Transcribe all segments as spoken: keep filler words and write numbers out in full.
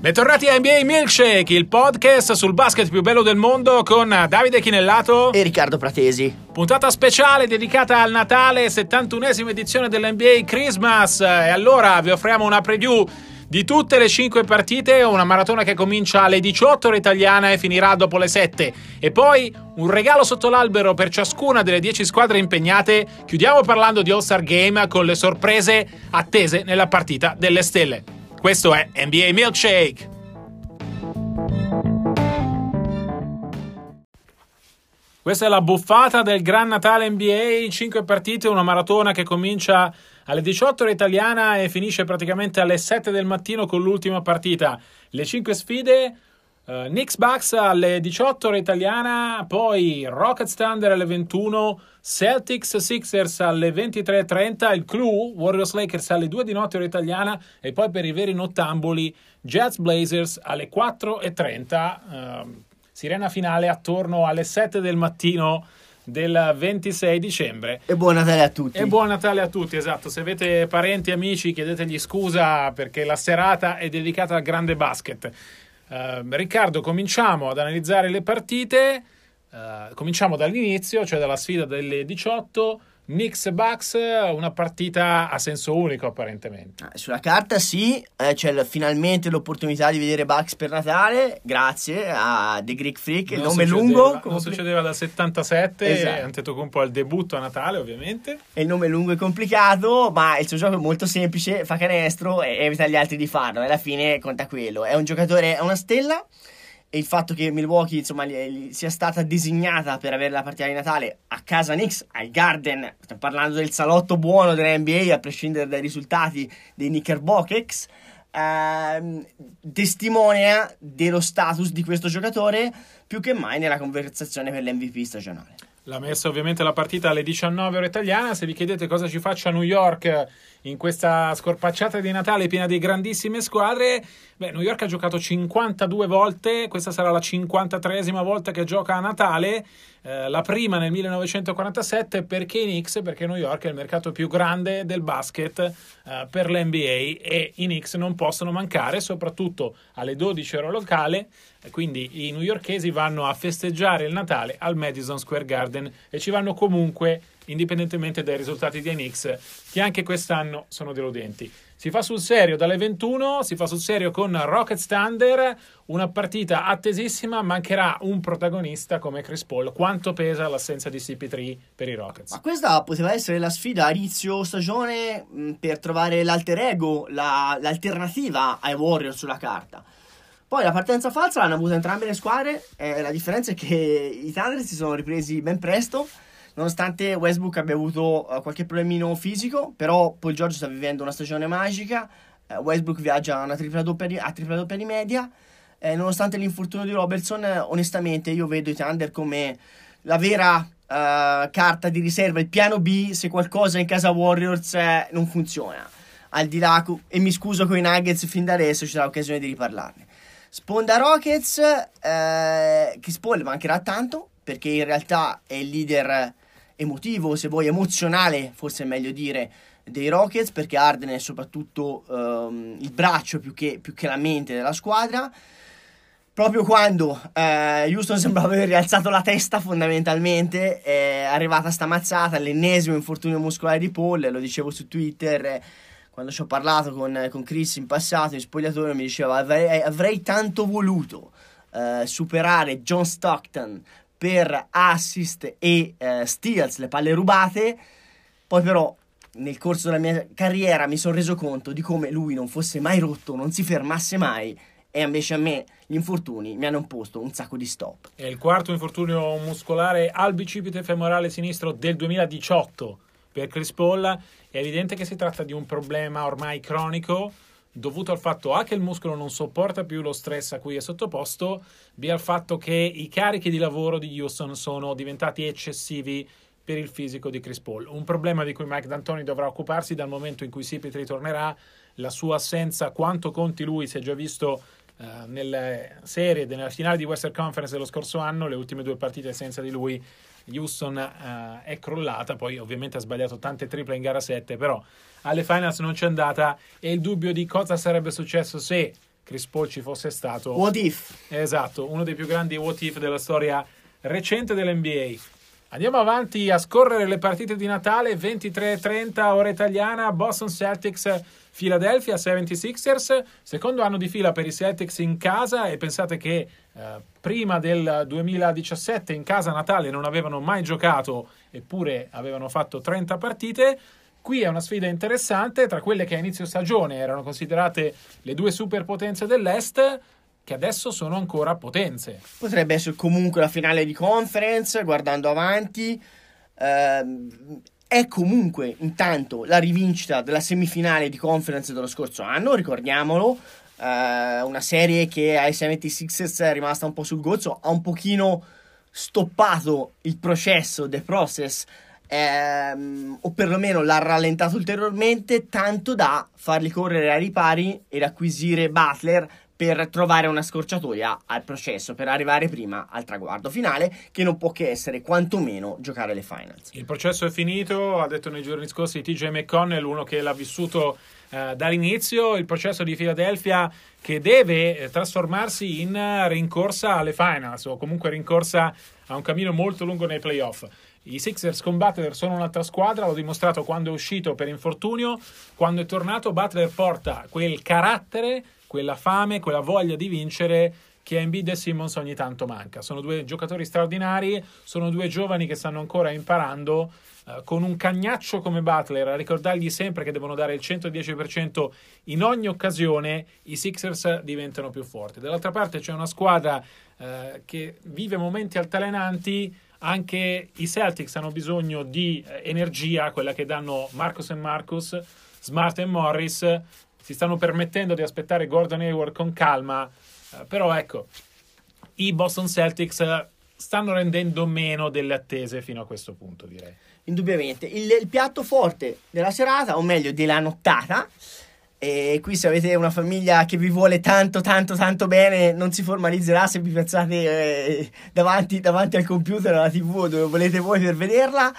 Bentornati a N B A Milkshake, il podcast sul basket più bello del mondo con Davide Chinellato e Riccardo Pratesi. Puntata speciale dedicata al Natale, settantunesima edizione dell'N B A Christmas. E allora vi offriamo una preview di tutte le cinque partite, una maratona che comincia alle diciotto ora italiana e finirà dopo le sette. E poi un regalo sotto l'albero per ciascuna delle dieci squadre impegnate. Chiudiamo parlando di All-Star Game con le sorprese attese nella partita delle stelle. Questo è N B A Milkshake. Questa è la buffata del Gran Natale N B A, cinque partite, una maratona che comincia alle diciotto ora italiana e finisce praticamente alle sette del mattino con l'ultima partita. Le cinque sfide, uh, Knicks Bucks alle diciotto ora italiana, poi Rockets Thunder alle ventuno, Celtics Sixers alle ventitré e trenta, il clou Warriors Lakers alle due di notte ora italiana e poi per i veri nottamboli Jazz Blazers alle quattro e trenta, uh, sirena finale attorno alle sette del mattino del ventisei dicembre. E buon Natale a tutti. E buon Natale a tutti, esatto. Se avete parenti e amici chiedetegli scusa perché la serata è dedicata al grande basket. Uh, Riccardo, cominciamo ad analizzare le partite. Uh, cominciamo dall'inizio, cioè dalla sfida delle diciotto. Knicks Bucks, una partita a senso unico apparentemente. Sulla carta sì, eh, c'è finalmente l'opportunità di vedere Bucks per Natale, grazie a The Greek Freak, il nome lungo. Non succedeva dal settantasette, esatto. Antetokounmpo al debutto a Natale ovviamente. E il nome lungo e complicato, ma il suo gioco è molto semplice, fa canestro e evita agli altri di farlo, e alla fine conta quello. È un giocatore, è una stella. E il fatto che Milwaukee insomma gli, gli sia stata designata per avere la partita di Natale a casa Knicks, al Garden, stiamo parlando del salotto buono della N B A a prescindere dai risultati dei Knickerbockers, ehm, testimonia dello status di questo giocatore più che mai nella conversazione per l'M V P stagionale. L'ha messa ovviamente la partita alle diciannove ora italiana. Se vi chiedete cosa ci faccia New York in questa scorpacciata di Natale piena di grandissime squadre, beh, New York ha giocato cinquantadue volte, questa sarà la cinquantatreesima volta che gioca a Natale, eh, la prima nel millenovecentoquarantasette. Perché i Knicks? Perché New York è il mercato più grande del basket eh, per l'N B A e i Knicks non possono mancare, soprattutto alle dodici ora locale. Quindi i newyorkesi vanno a festeggiare il Natale al Madison Square Garden e ci vanno comunque, indipendentemente dai risultati dei Knicks, che anche quest'anno sono deludenti. Si fa sul serio dalle ventuno, si fa sul serio con Rockets Thunder, una partita attesissima. Mancherà un protagonista come Chris Paul. Quanto pesa l'assenza di C P tre per i Rockets? Ma questa poteva essere la sfida a inizio stagione mh, per trovare l'alter ego, la, l'alternativa ai Warriors sulla carta. Poi la partenza falsa l'hanno avuta entrambe le squadre, eh, la differenza è che i Thunder si sono ripresi ben presto, nonostante Westbrook abbia avuto uh, qualche problemino fisico, però Paul George sta vivendo una stagione magica, uh, Westbrook viaggia a una tripla doppia di, a tripla doppia di media, eh, nonostante l'infortunio di Robertson, eh, onestamente io vedo i Thunder come la vera uh, carta di riserva, il piano B se qualcosa in casa Warriors eh, non funziona, al di là, e mi scuso con i Nuggets fin da adesso, ci sarà occasione di riparlarne. Sponda Rockets, eh, Chris Paul mancherà tanto perché in realtà è il leader emotivo, se vuoi emozionale, forse è meglio dire, dei Rockets, perché Harden è soprattutto um, il braccio più che, più che la mente della squadra. Proprio quando eh, Houston sembrava aver rialzato la testa fondamentalmente, è arrivata sta mazzata, l'ennesimo infortunio muscolare di Paul, lo dicevo su Twitter. Quando ci ho parlato con, con Chris in passato in spogliatoio mi diceva avrei, avrei tanto voluto uh, superare John Stockton per assist e uh, steals, le palle rubate, poi però nel corso della mia carriera mi sono reso conto di come lui non fosse mai rotto, non si fermasse mai, e invece a me gli infortuni mi hanno posto un sacco di stop. È il quarto infortunio muscolare al bicipite femorale sinistro del duemiladiciotto per Chris Paul. È evidente che si tratta di un problema ormai cronico dovuto al fatto A che il muscolo non sopporta più lo stress a cui è sottoposto, B al fatto che i carichi di lavoro di Houston sono diventati eccessivi per il fisico di Chris Paul. Un problema di cui Mike D'Antoni dovrà occuparsi dal momento in cui C P tre tornerà. La sua assenza, quanto conti lui, si è già visto uh, nelle serie, nella finale di Western Conference dello scorso anno. Le ultime due partite senza di lui Houston uh, è crollata. Poi ovviamente ha sbagliato tante triple in gara sette, però alle finals non c'è andata, e il dubbio di cosa sarebbe successo se Chris Paul ci fosse stato. What if? Esatto, uno dei più grandi what if della storia recente dell'N B A. Andiamo avanti a scorrere le partite di Natale. Ventitré e trenta ora italiana, Boston Celtics Philadelphia seventy-sixers, secondo anno di fila per i Celtics in casa, e pensate che eh, prima del duemiladiciassette in casa a Natale non avevano mai giocato, eppure avevano fatto trenta partite. Qui è una sfida interessante tra quelle che a inizio stagione erano considerate le due superpotenze dell'Est, che adesso sono ancora potenze. Potrebbe essere comunque la finale di conference, guardando avanti. Ehm, è comunque intanto la rivincita della semifinale di conference dello scorso anno, ricordiamolo. Eh, una serie che ai seventy-sixers è rimasta un po' sul gozzo, ha un pochino stoppato il processo, the process, ehm, o perlomeno l'ha rallentato ulteriormente, tanto da farli correre ai ripari ed acquisire Butler per trovare una scorciatoia al processo, per arrivare prima al traguardo finale, che non può che essere quantomeno giocare le finals. Il processo è finito, ha detto nei giorni scorsi T J McConnell, uno che l'ha vissuto eh, dall'inizio, il processo di Philadelphia che deve eh, trasformarsi in rincorsa alle finals, o comunque rincorsa a un cammino molto lungo nei playoff. I Sixers con Butler sono un'altra squadra, l'ho dimostrato quando è uscito per infortunio. Quando è tornato, Butler porta quel carattere, quella fame, quella voglia di vincere che a Embiid e Simmons ogni tanto manca. Sono due giocatori straordinari, sono due giovani che stanno ancora imparando. Eh, con un cagnaccio come Butler, a ricordargli sempre che devono dare il centodieci per cento in ogni occasione, i Sixers diventano più forti. Dall'altra parte c'è una squadra eh, che vive momenti altalenanti. Anche i Celtics hanno bisogno di eh, energia, quella che danno Marcus e Marcus, Smart e Morris. Si stanno permettendo di aspettare Gordon Hayward con calma, eh, però ecco, i Boston Celtics stanno rendendo meno delle attese fino a questo punto, direi. Indubbiamente. Il, il piatto forte della serata, o meglio della nottata, e qui se avete una famiglia che vi vuole tanto tanto tanto bene, non si formalizzerà se vi piazzate eh, davanti, davanti al computer, alla tivù, dove volete voi per vederla.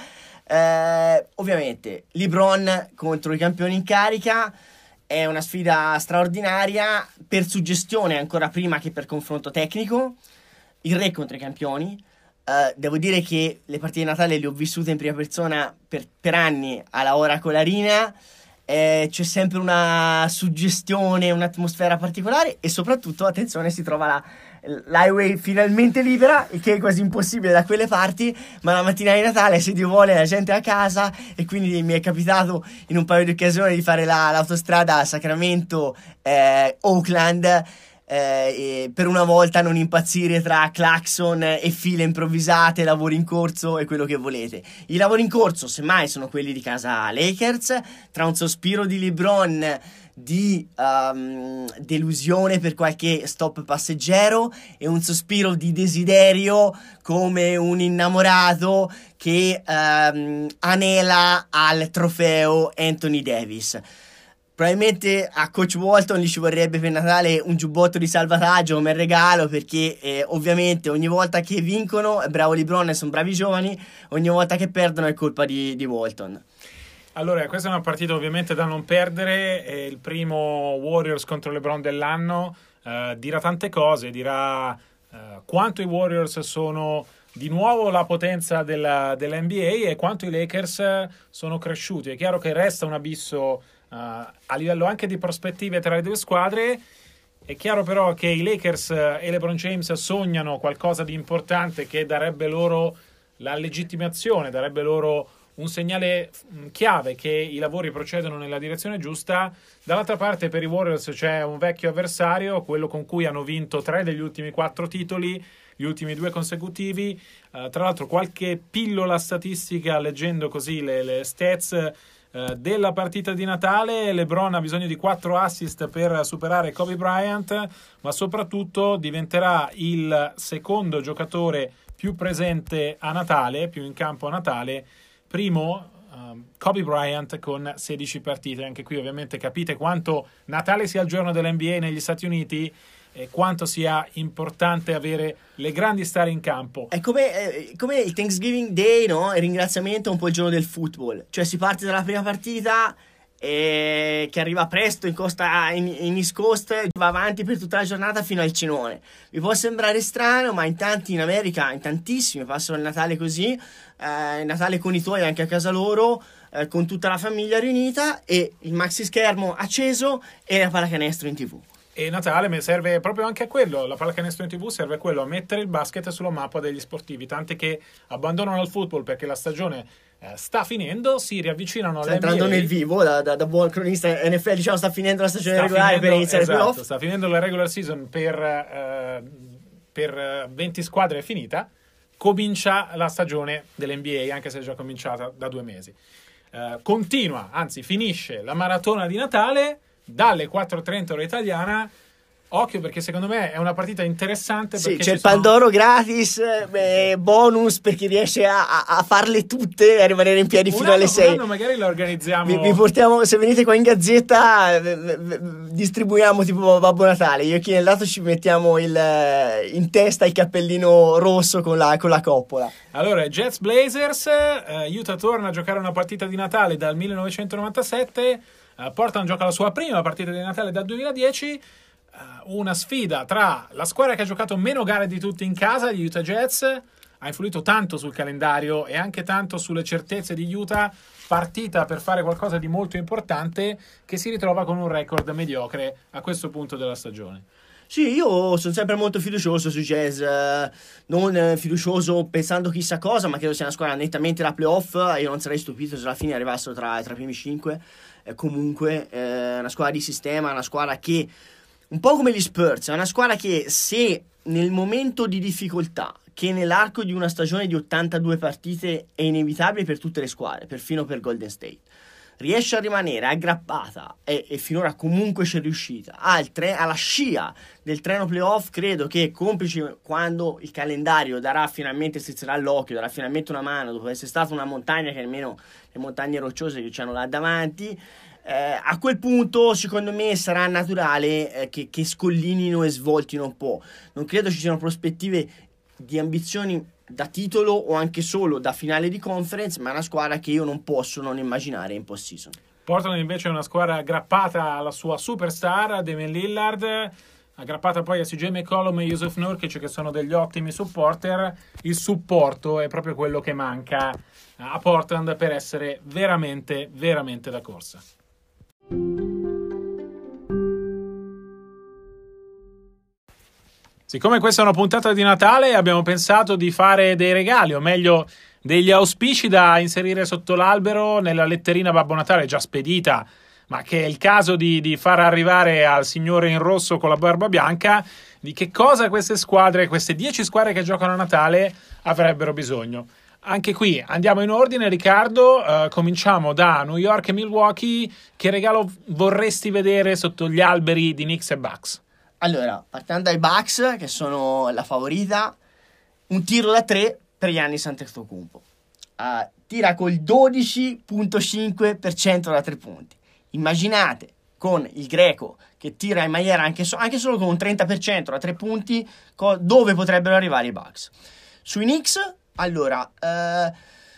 Eh, ovviamente LeBron contro i campioni in carica. È una sfida straordinaria per suggestione ancora prima che per confronto tecnico. Il re contro i campioni. Uh, devo dire che le partite di Natale le ho vissute in prima persona per, per anni alla Oracle Arena. Eh, c'è sempre una suggestione, un'atmosfera particolare, e soprattutto, attenzione, si trova la, l'highway finalmente libera, il che è quasi impossibile da quelle parti, ma la mattina di Natale, se Dio vuole, la gente è a casa, e quindi mi è capitato in un paio di occasioni di fare la, l'autostrada Sacramento eh, Oakland, eh, e per una volta non impazzire tra clacson e file improvvisate, lavori in corso e quello che volete. I lavori in corso semmai sono quelli di casa Lakers, tra un sospiro di LeBron di um, delusione per qualche stop passeggero e un sospiro di desiderio come un innamorato che um, anela al trofeo Anthony Davis. Probabilmente a Coach Walton gli ci vorrebbe per Natale un giubbotto di salvataggio come regalo, perché eh, ovviamente ogni volta che vincono è bravo LeBron e sono bravi i giovani, ogni volta che perdono è colpa di, di Walton. Allora, questa è una partita ovviamente da non perdere, è il primo Warriors contro LeBron dell'anno, eh, dirà tante cose, dirà eh, quanto i Warriors sono di nuovo la potenza della, dell'N B A e quanto i Lakers sono cresciuti. È chiaro che resta un abisso uh, a livello anche di prospettive tra le due squadre. È chiaro però che i Lakers e LeBron James sognano qualcosa di importante che darebbe loro la legittimazione, darebbe loro un segnale chiave che i lavori procedono nella direzione giusta. Dall'altra parte per i Warriors c'è un vecchio avversario, quello con cui hanno vinto tre degli ultimi quattro titoli, gli ultimi due consecutivi. Uh, tra l'altro qualche pillola statistica, leggendo così le, le stats uh, della partita di Natale: LeBron ha bisogno di quattro assist per superare Kobe Bryant, ma soprattutto diventerà il secondo giocatore più presente a Natale, più in campo a Natale. Primo um, Kobe Bryant con sedici partite. Anche qui ovviamente capite quanto Natale sia il giorno dell'N B A negli Stati Uniti e quanto sia importante avere le grandi star in campo. È come, è come il Thanksgiving Day, no? Il ringraziamento è un po' il giorno del football. Cioè si parte dalla prima partita e che arriva presto in, costa, in, in East Coast, va avanti per tutta la giornata fino al cenone. Vi può sembrare strano, ma in tanti in America, in tantissimi, passano il Natale così, eh, il Natale con i tuoi anche a casa loro, eh, con tutta la famiglia riunita, e il maxi schermo acceso e la pallacanestro in tv. E Natale mi serve proprio anche a quello, la pallacanestro in tv serve a quello, a mettere il basket sulla mappa degli sportivi, tante che abbandonano il football perché la stagione eh, sta finendo, si riavvicinano sta entrando nel vivo, da, da, da buon cronista N F L, diciamo, sta finendo la stagione sta regolare finendo, per iniziare esatto, il playoff. Sta finendo la regular season per, eh, per venti squadre è finita, comincia la stagione dell'N B A, anche se è già cominciata da due mesi. Eh, continua, anzi finisce la maratona di Natale dalle quattro e trenta ora italiana. Occhio, perché secondo me è una partita interessante. Sì, perché c'è il sono... Pandoro gratis, beh, bonus per chi riesce a, a, a farle tutte e a rimanere in piedi un fino anno, alle sei. Un anno magari lo organizziamo. Vi, vi portiamo, se venite qua in Gazzetta, v- v- distribuiamo tipo Babbo Natale. Io e chi nel lato ci mettiamo il, in testa il cappellino rosso con la, con la coppola. Allora, Jets Blazers, uh, Utah torna a giocare una partita di Natale dal millenovecentonovantasette. Uh, Portland gioca la sua prima partita di Natale dal duemiladieci, uh, una sfida tra la squadra che ha giocato meno gare di tutti in casa, gli Utah Jazz, ha influito tanto sul calendario e anche tanto sulle certezze di Utah, partita per fare qualcosa di molto importante, che si ritrova con un record mediocre a questo punto della stagione. Sì, io sono sempre molto fiducioso sui Jazz, eh, non eh, fiducioso pensando chissà cosa, ma credo sia una squadra nettamente da playoff. Io non sarei stupito se alla fine arrivassero tra, tra i primi cinque. Eh, comunque, eh, una squadra di sistema, una squadra che, un po' come gli Spurs, è una squadra che se nel momento di difficoltà, che nell'arco di una stagione di ottantadue partite è inevitabile per tutte le squadre, perfino per Golden State, riesce a rimanere aggrappata e, e finora comunque c'è riuscita. Altre, alla scia del treno playoff, credo che complice quando il calendario darà finalmente, strizzerà l'occhio, darà finalmente una mano dopo essere stata una montagna che almeno le montagne rocciose che c'hanno là davanti, eh, a quel punto secondo me sarà naturale eh, che, che scollinino e svoltino un po'. Non credo ci siano prospettive di ambizioni da titolo o anche solo da finale di conference, ma è una squadra che io non posso non immaginare in post-season. Portland invece è una squadra aggrappata alla sua superstar Damian Lillard, aggrappata poi a C J McCollum e Yusuf Nurkic, che sono degli ottimi supporter. Il supporto è proprio quello che manca a Portland per essere veramente veramente da corsa. Siccome questa è una puntata di Natale, abbiamo pensato di fare dei regali, o meglio degli auspici da inserire sotto l'albero nella letterina Babbo Natale già spedita, ma che è il caso di, di far arrivare al signore in rosso con la barba bianca, di che cosa queste squadre, queste dieci squadre che giocano a Natale avrebbero bisogno. Anche qui andiamo in ordine, Riccardo, uh, cominciamo da New York e Milwaukee. Che regalo vorresti vedere sotto gli alberi di Knicks e Bucks? Allora, partendo dai Bucks, che sono la favorita, un tiro da tre per Giannis Antetokounmpo. Uh, tira col dodici virgola cinque per cento da tre punti. Immaginate con il greco che tira in maniera anche, so- anche solo con un trenta per cento da tre punti, co- dove potrebbero arrivare i Bucks. Sui Knicks, allora, uh,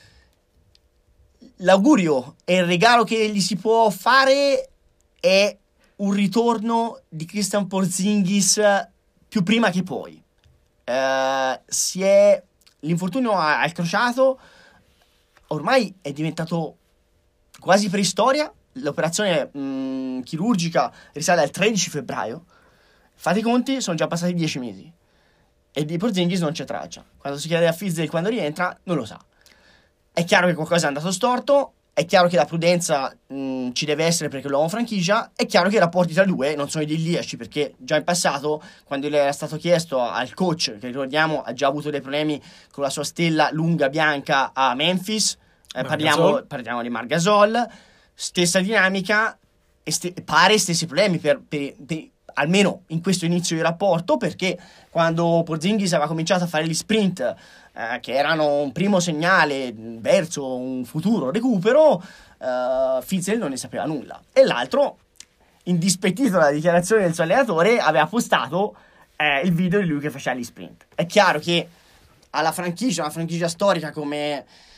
l'augurio e il regalo che gli si può fare è un ritorno di Christian Porzingis più prima che poi. Uh, si è l'infortunio al crociato ormai è diventato quasi preistoria. L'operazione mh, chirurgica risale al tredici febbraio. Fate i conti, sono già passati dieci mesi e di Porzingis non c'è traccia. Quando si chiede a Fizdale quando rientra, non lo sa. È chiaro che qualcosa è andato storto. È chiaro che la prudenza mh, ci deve essere perché l'uomo franchigia. È chiaro che i rapporti tra i due non sono idilliaci, perché già in passato, quando gli era stato chiesto al coach, che ricordiamo ha già avuto dei problemi con la sua stella lunga bianca a Memphis, eh, parliamo, parliamo di Marc Gasol, stessa dinamica e ste- pare stessi problemi per, per, per, almeno in questo inizio di rapporto, perché quando Porzingis aveva cominciato a fare gli sprint, Eh, che erano un primo segnale verso un futuro recupero, eh, Fizdale non ne sapeva nulla. E l'altro, indispettito dalla dichiarazione del suo allenatore, aveva postato eh, il video di lui che faceva gli sprint. È chiaro che alla franchigia, una franchigia storica come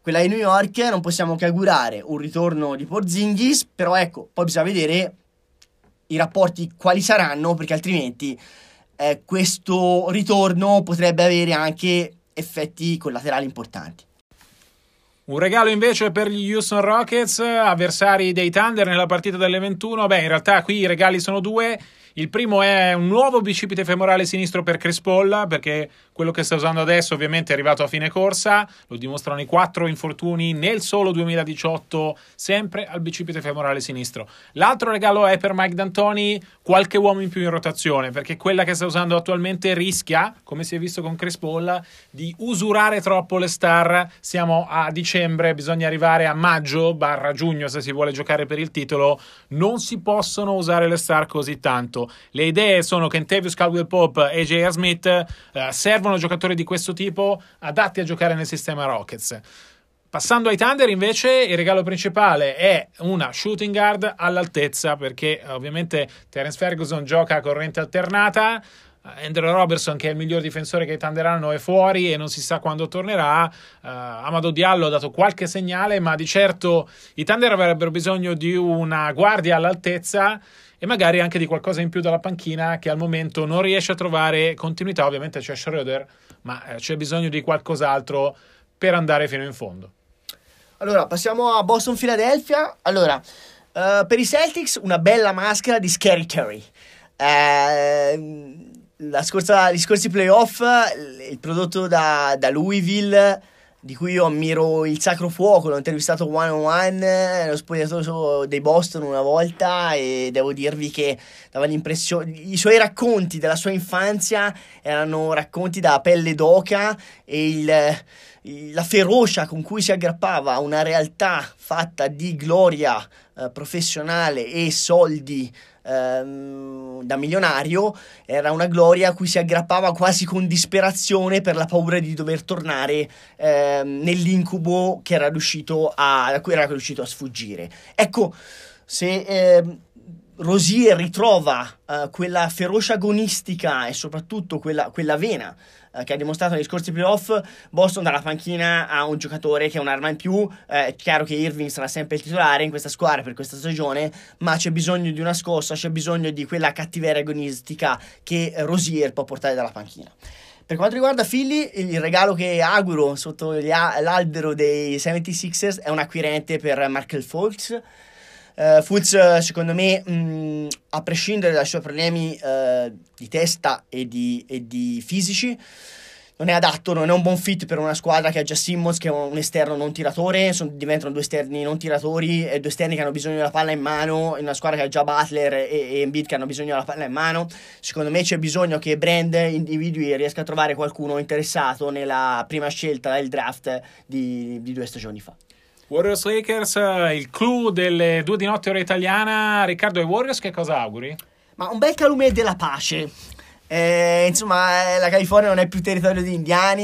quella di New York, non possiamo che augurare un ritorno di Porzingis, però ecco, poi bisogna vedere i rapporti quali saranno, perché altrimenti eh, questo ritorno potrebbe avere anche effetti collaterali importanti. Un regalo invece per gli Houston Rockets, avversari dei Thunder nella partita delle ventuno. Beh, in realtà qui i regali sono due. Il primo è un nuovo bicipite femorale sinistro per Chris Paul, perché quello che sta usando adesso ovviamente è arrivato a fine corsa, lo dimostrano i quattro infortuni nel solo duemiladiciotto, sempre al bicipite femorale sinistro. L'altro regalo è per Mike D'Antoni, qualche uomo in più in rotazione, perché quella che sta usando attualmente rischia, come si è visto con Chris Paul, di usurare troppo le star. Siamo a dicembre, bisogna arrivare a maggio barra giugno se si vuole giocare per il titolo, non si possono usare le star così tanto. Le idee sono Kentavious Caldwell-Pope e J R. Smith, eh, servono giocatori di questo tipo adatti a giocare nel sistema Rockets. Passando ai Thunder invece, il regalo principale è una shooting guard all'altezza, perché ovviamente Terence Ferguson gioca a corrente alternata, Andrew Robertson, che è il miglior difensore che i Thunder hanno, è fuori e non si sa quando tornerà. uh, Amadou Diallo ha dato qualche segnale, ma di certo i Thunder avrebbero bisogno di una guardia all'altezza e magari anche di qualcosa in più dalla panchina, che al momento non riesce a trovare continuità. Ovviamente c'è Schroeder, ma eh, c'è bisogno di qualcos'altro per andare fino in fondo. Allora, passiamo a Boston-Philadelphia. Allora, uh, per i Celtics una bella maschera di Scary Terry. Uh, la scorsa, gli scorsi playoff, il prodotto da, da Louisville, di cui io ammiro il sacro fuoco, l'ho intervistato one on one, l'ho spogliatoio dei Boston una volta e devo dirvi che dava l'impressione, i suoi racconti della sua infanzia erano racconti da pelle d'oca, e il, il, la ferocia con cui si aggrappava a una realtà fatta di gloria eh, professionale e soldi da milionario, era una gloria a cui si aggrappava quasi con disperazione per la paura di dover tornare eh, nell'incubo che era riuscito a, a cui era riuscito a sfuggire. Ecco, se eh, Rozier ritrova eh, quella ferocia agonistica e soprattutto quella, quella vena eh, che ha dimostrato negli scorsi playoff, Boston dalla panchina ha un giocatore che è un'arma in più. Eh, è chiaro che Irving sarà sempre il titolare in questa squadra per questa stagione, ma c'è bisogno di una scossa, c'è bisogno di quella cattiveria agonistica che Rozier può portare dalla panchina. Per quanto riguarda Philly, il regalo che auguro sotto gli a- l'albero dei settantasei ers è un acquirente per Markelle Fultz. Uh, Fultz, secondo me, mh, a prescindere dai suoi problemi uh, di testa e di, e di fisici, non è adatto, non è un buon fit per una squadra che ha già Simmons, che è un esterno non tiratore. Sono, diventano due esterni non tiratori e due esterni che hanno bisogno della palla in mano, in una squadra che ha già Butler e, e Embiid che hanno bisogno della palla in mano. Secondo me c'è bisogno che Brand individui e riesca a trovare qualcuno interessato nella prima scelta del draft di, di due stagioni fa. Warriors Lakers, il clou delle due di notte ora italiana. Riccardo, ai Warriors che cosa auguri? Ma un bel calumet della pace. Eh, insomma, la California non è più territorio di indiani.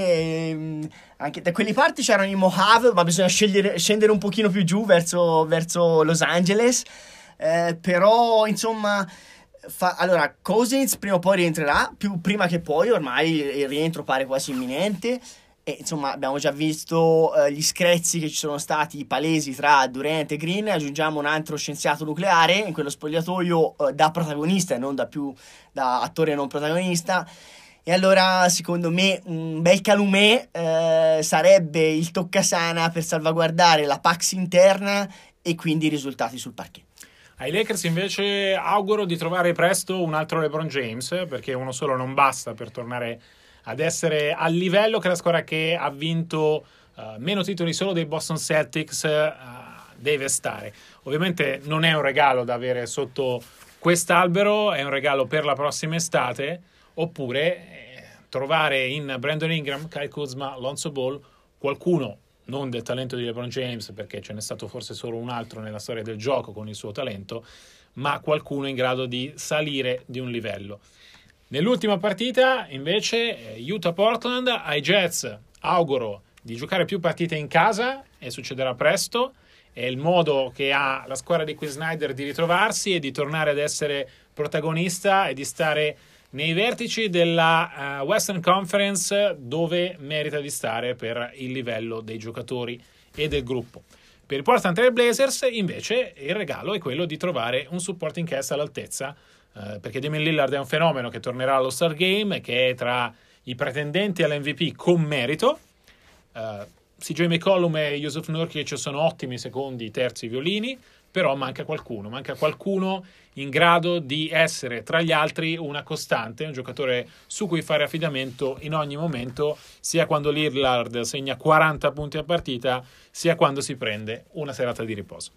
E anche da quelle parti c'erano i Mojave, ma bisogna scegliere, scendere un pochino più giù verso, verso Los Angeles. Eh, però, insomma, fa, allora Cousins prima o poi rientrerà, più prima che poi. Ormai il rientro pare quasi imminente. E insomma abbiamo già visto uh, gli screzi che ci sono stati palesi tra Durant e Green. Aggiungiamo un altro scienziato nucleare in quello spogliatoio uh, da protagonista e non da più da attore non protagonista. E allora secondo me un bel calumet uh, sarebbe il toccasana per salvaguardare la Pax interna e quindi i risultati sul parquet. Ai Lakers invece auguro di trovare presto un altro LeBron James, perché uno solo non basta per tornare ad essere al livello che la squadra che ha vinto uh, meno titoli solo dei Boston Celtics uh, deve stare. Ovviamente non è un regalo da avere sotto quest'albero, è un regalo per la prossima estate, oppure eh, trovare in Brandon Ingram, Kyle Kuzma, Lonzo Ball qualcuno non del talento di LeBron James, perché ce n'è stato forse solo un altro nella storia del gioco con il suo talento, ma qualcuno in grado di salire di un livello. Nell'ultima partita, invece, Utah-Portland, ai Jets auguro di giocare più partite in casa, e succederà presto. È il modo che ha la squadra di Quinn Snyder di ritrovarsi e di tornare ad essere protagonista e di stare nei vertici della uh, Western Conference, dove merita di stare per il livello dei giocatori e del gruppo. Per i Portland Trail Blazers invece il regalo è quello di trovare un supporting cast all'altezza, uh, perché Damian Lillard è un fenomeno che tornerà allo Star Game, che è tra i pretendenti all'M V P con merito. uh, C J McCollum e Yusuf Nurkic sono ottimi secondi, terzi violini, però manca qualcuno, manca qualcuno in grado di essere tra gli altri una costante, un giocatore su cui fare affidamento in ogni momento, sia quando Lillard segna quaranta punti a partita, sia quando si prende una serata di riposo.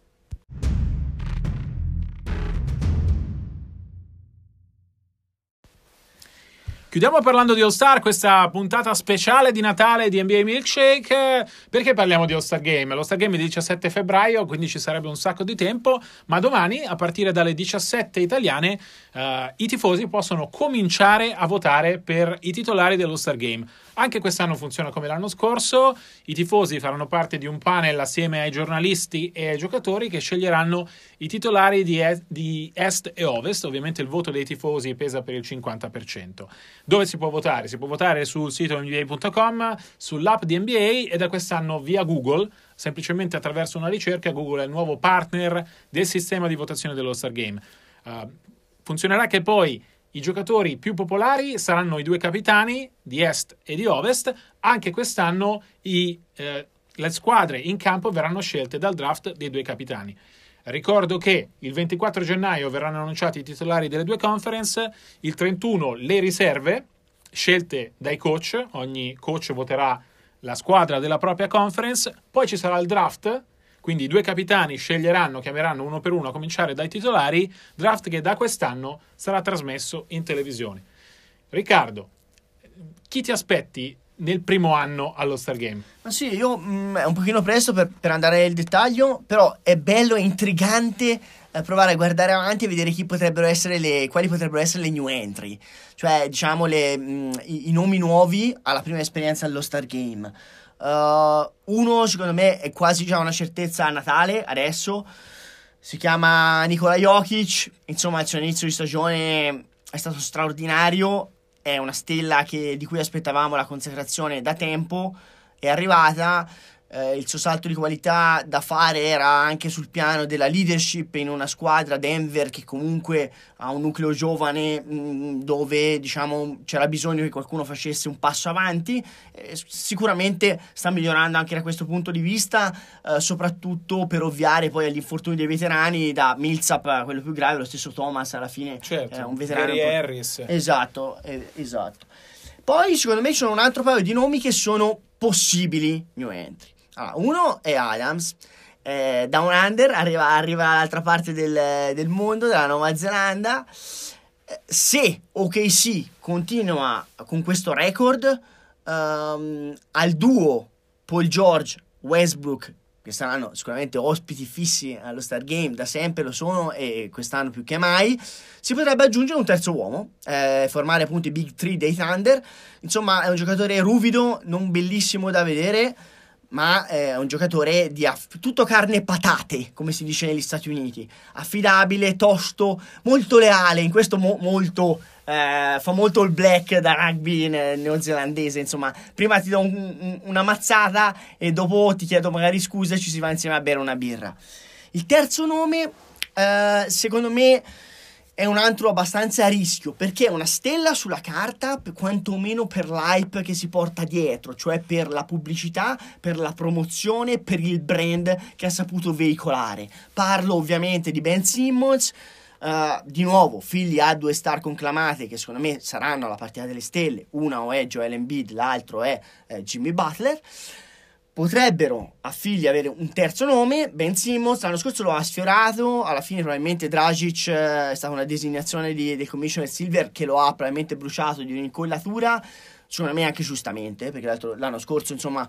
Chiudiamo parlando di All-Star, questa puntata speciale di Natale di N B A Milkshake. Perché parliamo di All-Star Game? L'All-Star Game è il diciassette febbraio, quindi ci sarebbe un sacco di tempo, ma domani, a partire dalle diciassette italiane, uh, i tifosi possono cominciare a votare per i titolari dell'All-Star Game. Anche quest'anno funziona come l'anno scorso, i tifosi faranno parte di un panel assieme ai giornalisti e ai giocatori che sceglieranno i titolari di est, di est e ovest. Ovviamente il voto dei tifosi pesa per il cinquanta per cento. Dove si può votare? Si può votare sul sito N B A punto com, sull'app di N B A e da quest'anno via Google, semplicemente attraverso una ricerca. Google è il nuovo partner del sistema di votazione dell'All-Star Game. Uh, funzionerà che poi i giocatori più popolari saranno i due capitani di est e di ovest. Anche quest'anno i, eh, le squadre in campo verranno scelte dal draft dei due capitani. Ricordo che il ventiquattro gennaio verranno annunciati i titolari delle due conference, il trentuno le riserve scelte dai coach, ogni coach voterà la squadra della propria conference, poi ci sarà il draft, quindi i due capitani sceglieranno, chiameranno uno per uno a cominciare dai titolari, draft che da quest'anno sarà trasmesso in televisione. Riccardo, chi ti aspetti nel primo anno allo Star Game? Ma sì, io mh, è un pochino presto per, per andare nel dettaglio, però è bello e intrigante eh, provare a guardare avanti e vedere chi potrebbero essere le, quali potrebbero essere le new entry, cioè diciamo le, mh, i, i nomi nuovi alla prima esperienza allo Star Game. Uh, uno secondo me è quasi già una certezza a Natale adesso, si chiama Nikola Jokic. Insomma il suo inizio di stagione è stato straordinario, è una stella che, di cui aspettavamo la consacrazione da tempo, è arrivata. Eh, il suo salto di qualità da fare era anche sul piano della leadership in una squadra, Denver, che comunque ha un nucleo giovane mh, dove diciamo c'era bisogno che qualcuno facesse un passo avanti. Eh, sicuramente sta migliorando anche da questo punto di vista, eh, soprattutto per ovviare poi agli infortuni dei veterani, da Millsap, quello più grave, lo stesso Thomas alla fine, certo, è un veterano. Gary Harris. Esatto, eh, esatto. Poi secondo me ci sono un altro paio di nomi che sono possibili new entry. Allora, uno è Adams, eh, Down Under, arriva, arriva dall'altra parte del, del mondo, dalla Nuova Zelanda. Eh, se O K C continua con questo record, um, al duo Paul George, Westbrook, che saranno sicuramente ospiti fissi allo Star Game, da sempre lo sono e quest'anno più che mai, si potrebbe aggiungere un terzo uomo, eh, formare appunto i Big Three dei Thunder. Insomma è un giocatore ruvido, non bellissimo da vedere, ma è un giocatore di aff- tutto carne e patate, come si dice negli Stati Uniti, affidabile, tosto, molto leale, in questo mo- molto eh, fa molto il black da rugby ne- neozelandese. Insomma, prima ti do un, un, una mazzata e dopo ti chiedo magari scusa e ci si va insieme a bere una birra. Il terzo nome eh, secondo me è un altro abbastanza a rischio, perché è una stella sulla carta, per quantomeno per l'hype che si porta dietro, cioè per la pubblicità, per la promozione, per il brand che ha saputo veicolare. Parlo ovviamente di Ben Simmons, uh, di nuovo figli a due star conclamate che secondo me saranno alla partita delle stelle, una o è Joel Embiid, l'altro è eh, Jimmy Butler. Potrebbero a figli avere un terzo nome. Ben Simmons l'anno scorso lo ha sfiorato, alla fine probabilmente Dragic eh, è stata una designazione di, del commissioner Silver che lo ha probabilmente bruciato di un'incollatura, secondo me anche giustamente, perché l'altro, l'anno scorso insomma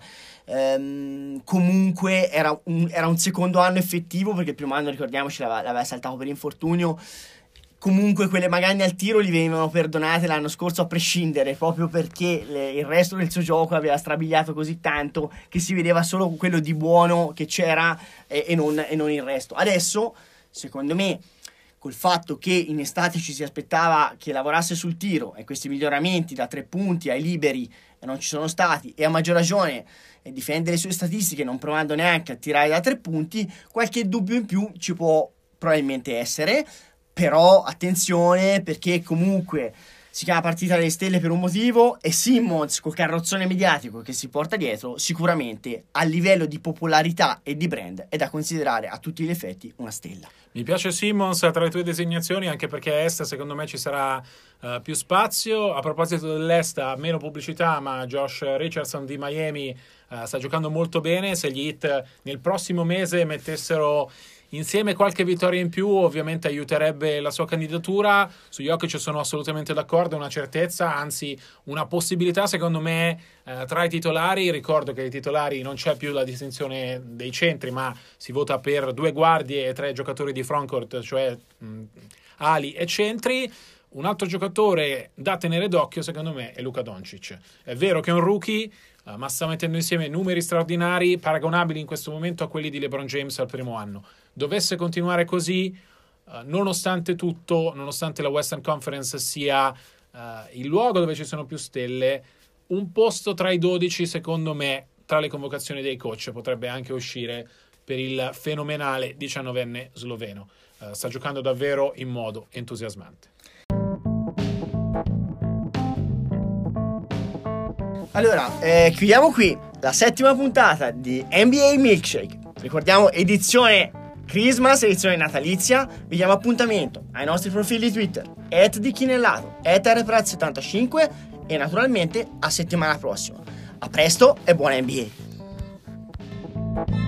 ehm, comunque era un, era un secondo anno effettivo, perché il primo anno ricordiamoci l'aveva, l'aveva saltato per infortunio. Comunque quelle magagne al tiro gli venivano perdonate l'anno scorso a prescindere, proprio perché le, il resto del suo gioco aveva strabiliato così tanto che si vedeva solo quello di buono che c'era e, e, non, e non il resto. Adesso, secondo me, col fatto che in estate ci si aspettava che lavorasse sul tiro e questi miglioramenti da tre punti ai liberi non ci sono stati, e a maggior ragione difende le sue statistiche non provando neanche a tirare da tre punti, qualche dubbio in più ci può probabilmente essere. Però attenzione, perché comunque si chiama partita delle stelle per un motivo, e Simmons col carrozzone mediatico che si porta dietro sicuramente a livello di popolarità e di brand è da considerare a tutti gli effetti una stella. Mi piace Simmons tra le tue designazioni, anche perché a Est secondo me ci sarà uh, più spazio. A proposito dell'Est, ha meno pubblicità, ma Josh Richardson di Miami uh, sta giocando molto bene. Se gli Heat nel prossimo mese mettessero insieme qualche vittoria in più, ovviamente aiuterebbe la sua candidatura. Su Jokic sono assolutamente d'accordo, è una certezza, anzi una possibilità secondo me eh, tra i titolari. Ricordo che ai titolari non c'è più la distinzione dei centri, ma si vota per due guardie e tre giocatori di frontcourt, cioè mh, ali e centri. Un altro giocatore da tenere d'occhio secondo me è Luka Doncic. È vero che è un rookie, uh, ma sta mettendo insieme numeri straordinari, paragonabili in questo momento a quelli di LeBron James al primo anno. Dovesse continuare così, uh, nonostante tutto, nonostante la Western Conference sia uh, il luogo dove ci sono più stelle, un posto tra i dodici secondo me, tra le convocazioni dei coach, potrebbe anche uscire per il fenomenale diciannovenne sloveno. Uh, sta giocando davvero in modo entusiasmante. Allora, eh, chiudiamo qui la settima puntata di N B A Milkshake. Ricordiamo edizione Christmas, edizione natalizia. Vi diamo appuntamento ai nostri profili Twitter at di Chinellato, at R P R A Z settantacinque e naturalmente a settimana prossima. A presto e buona N B A.